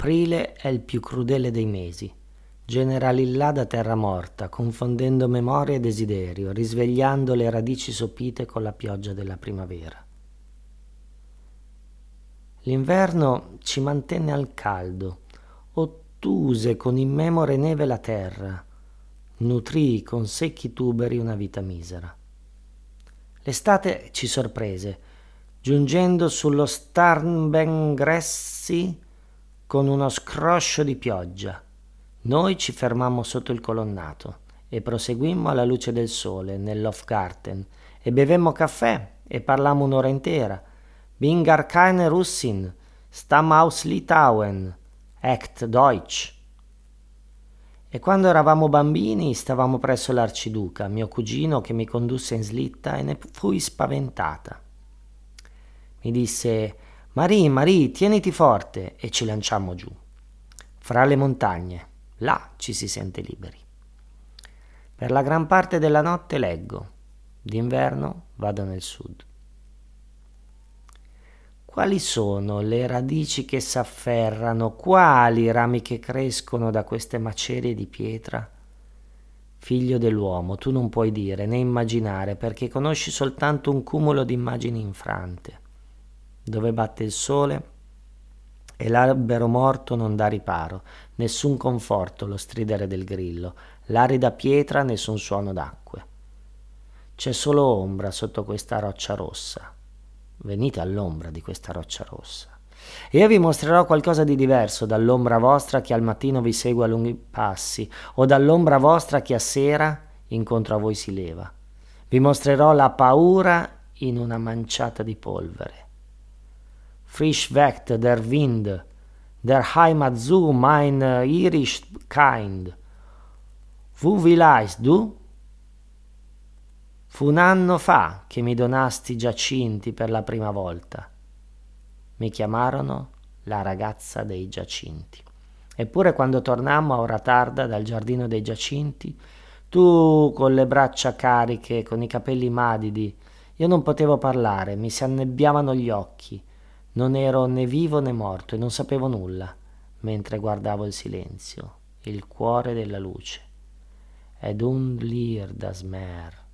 Aprile è il più crudele dei mesi. Genera lillà da terra morta, confondendo memoria e desiderio, risvegliando le radici sopite con la pioggia della primavera. L'inverno ci mantenne al caldo, ottuse con immemore neve la terra, nutrì con secchi tuberi una vita misera. L'estate ci sorprese, giungendo sullo Starnbergressi con uno scroscio di pioggia. Noi ci fermammo sotto il colonnato e proseguimmo alla luce del sole nell'Hofgarten e bevemmo caffè e parlammo un'ora intera. Bin gar keine Russin, stamm aus Litauen, echt Deutsch. E quando eravamo bambini stavamo presso l'arciduca, mio cugino, che mi condusse in slitta, e ne fui spaventata. Mi disse: Marie, Marie, tieniti forte, e ci lanciammo giù. Fra le montagne, là ci si sente liberi. Per la gran parte della notte leggo, d'inverno vado nel sud. Quali sono le radici che s'afferrano, quali i rami che crescono da queste macerie di pietra? Figlio dell'uomo, tu non puoi dire né immaginare, perché conosci soltanto un cumulo di immagini infrante, dove batte il sole e l'albero morto non dà riparo, nessun conforto lo stridere del grillo, l'arida pietra, nessun suono d'acque. C'è solo ombra sotto questa roccia rossa. Venite all'ombra di questa roccia rossa. E io vi mostrerò qualcosa di diverso dall'ombra vostra che al mattino vi segue a lunghi passi, o dall'ombra vostra che a sera incontro a voi si leva. Vi mostrerò la paura in una manciata di polvere. Frisch weht der Wind, der Heimat zu mein irisch Kind. Wo willst du? Fu un anno fa che mi donasti Giacinti per la prima volta. Mi chiamarono la ragazza dei Giacinti. Eppure quando tornammo a ora tarda dal giardino dei Giacinti, tu con le braccia cariche, con i capelli madidi, io non potevo parlare, mi si annebbiavano gli occhi. Non ero né vivo né morto e non sapevo nulla, mentre guardavo il silenzio, il cuore della luce. Ed un lir das Meer.